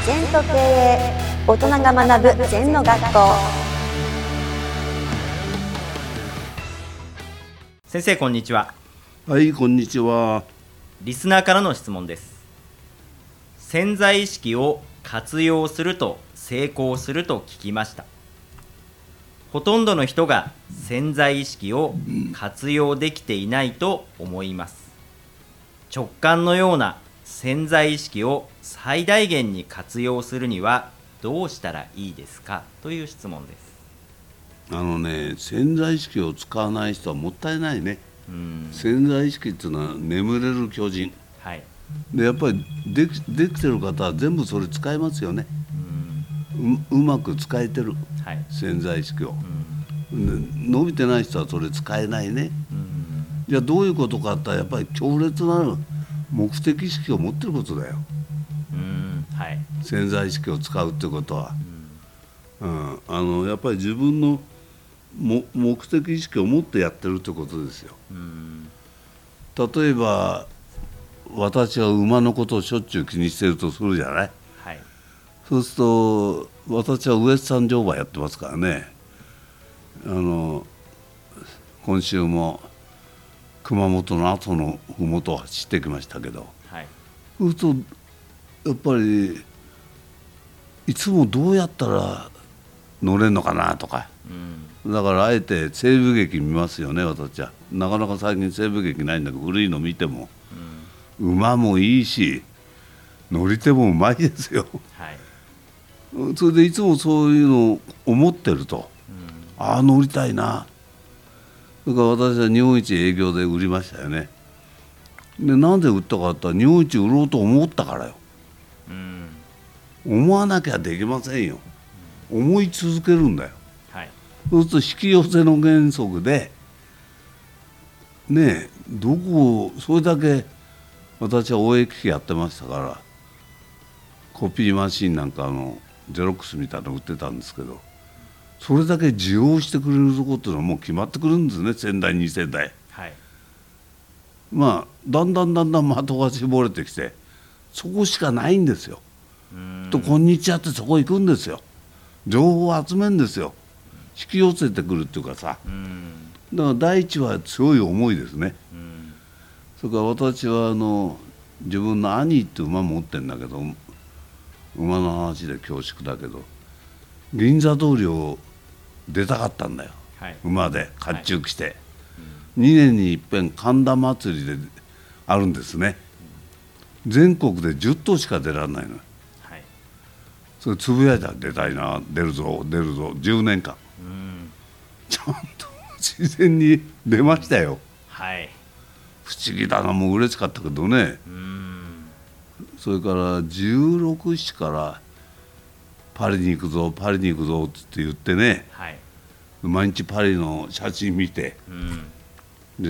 禅と経営、大人が学ぶ禅の学校。 先生こんにちは。 はい、こんにちは。 リスナーからの質問です。潜在意識を活用すると成功すると聞きました。ほとんどの人が潜在意識を活用できていないと思います。直感のような潜在意識を最大限に活用するにはどうしたらいいですかという質問です。 潜在意識を使わない人はもったいないね。潜在意識っていうのは眠れる巨人、 はい、 でやっぱりできてる方は全部それ使えますよね。うまく使えてる、はい、潜在意識を、伸びてない人はそれ使えないね。じゃあどういうことかってやっぱり強烈なる目的意識を持ってることだよ。 はい、 潜在意識を使うってことは、やっぱり自分の目的意識を持ってやってるってことですよ。例えば私は馬のことをしょっちゅう気にしてるとするじゃない、はい、そうすると私はウエスタン乗馬やってますからね。今週も熊本の阿蘇の麓を走ってきましたけど、はい、そうするとやっぱりいつもどうやったら乗れるのかなとか、だからあえて西部劇見ますよね。私はなかなか最近西部劇ないんだけど、古いの見ても、馬もいいし乗り手もうまいですよ、はい、それでいつもそういうのを思ってると、ああ乗りたいな。だから私は日本一営業で売りましたよね。でなんで売ったかって言ったら日本一売ろうと思ったからよ。思わなきゃできませんよ。思い続けるんだよ、はい、そうすると引き寄せの原則でね、どこをそれだけ私は応援機器やってましたから、コピーマシンなんかゼロックスみたいなの売ってたんですけど、それだけ需要してくれるところっていうのはもう決まってくるんですね。先代2世代、はい、まあだんだん的が絞れてきてそこしかないんですよ。とこんにちはってそこ行くんですよ。情報を集めるんですよ。引き寄せてくるっていうかさ、だから第一は強い思いですね。それから私は自分の兄って馬持ってるんだけど、馬の話で恐縮だけど銀座通りを出たかったんだよ、はい、馬で甲冑着て、はい、2年に一遍神田祭りであるんですね。全国で10頭しか出られないのよ。それつぶやいたら出たいな、出るぞ10年間、ちゃんと自然に出ましたよ、はい、不思議だな。もう嬉しかったけどね。それから16、7からパリに行くぞって言ってね、はい、毎日パリの写真見て、で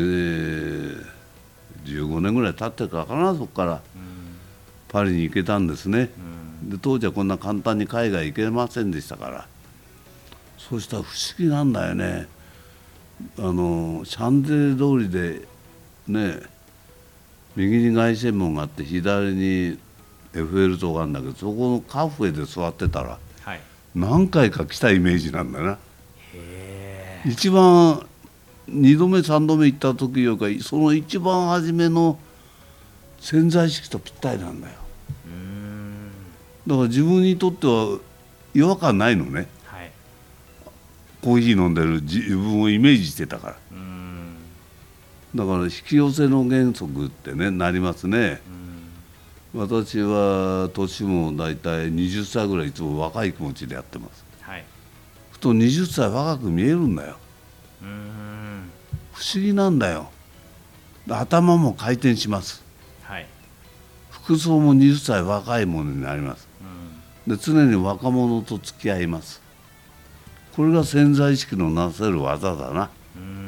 15年ぐらい経ってからかな、そこからパリに行けたんですね。で当時はこんな簡単に海外行けませんでしたから。そうしたら不思議なんだよね。シャンゼリゼ通りでね、右に凱旋門があって左にエッフェル塔があるんだけど、そこのカフェで座ってたら、はい、何回か来たイメージなんだな。一番2度目3度目行った時よりかその一番初めの潜在意識とぴったりなんだよ。だから自分にとっては違和感ないのね、はい、コーヒー飲んでる自分をイメージしてたから。だから引き寄せの原則ってねなりますね。私は年もだいたい20歳ぐらいいつも若い気持ちでやってます、はい、ふと20歳若く見えるんだよ。不思議なんだよ。頭も回転します、はい、服装も20歳若いものになります。で常に若者と付き合います。これが潜在意識のなせる技だな。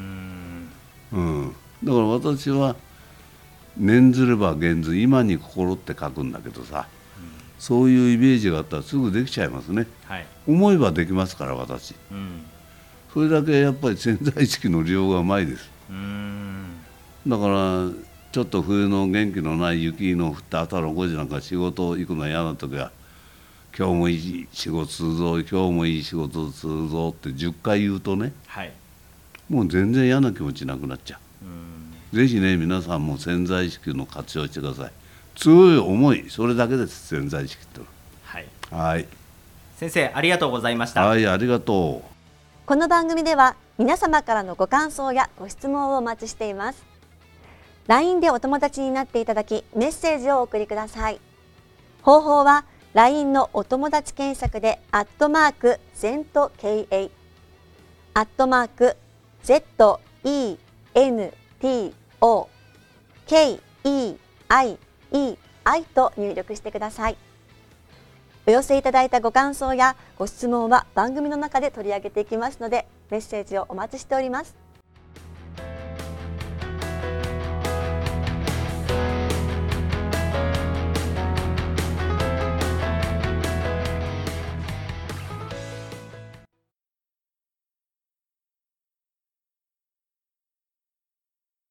だから私は念ずれば現ず、今に心って書くんだけどさ、そういうイメージがあったらすぐできちゃいますね、はい、思えばできますから私、それだけやっぱり潜在意識の利用がうまいです。だからちょっと冬の元気のない雪の降った朝の5時なんか仕事行くの嫌な時は今日もいい仕事するぞ、今日もいい仕事するぞって10回言うとね、 はい。 もう全然嫌な気持ちなくなっちゃう。ぜひね、皆さんも潜在意識の活用してください。強い思い、それだけです、潜在意識って。 はい。 はい。 先生、ありがとうございました。 はい、ありがとう。 この番組では皆様からのご感想やご質問をお待ちしています。LINE でお友達になっていただきメッセージをお送りください。方法は LINE のお友達検索で@ZENTKEI@ZENTOKEIEI と入力してください。お寄せいただいたご感想やご質問は番組の中で取り上げていきますので、メッセージをお待ちしております。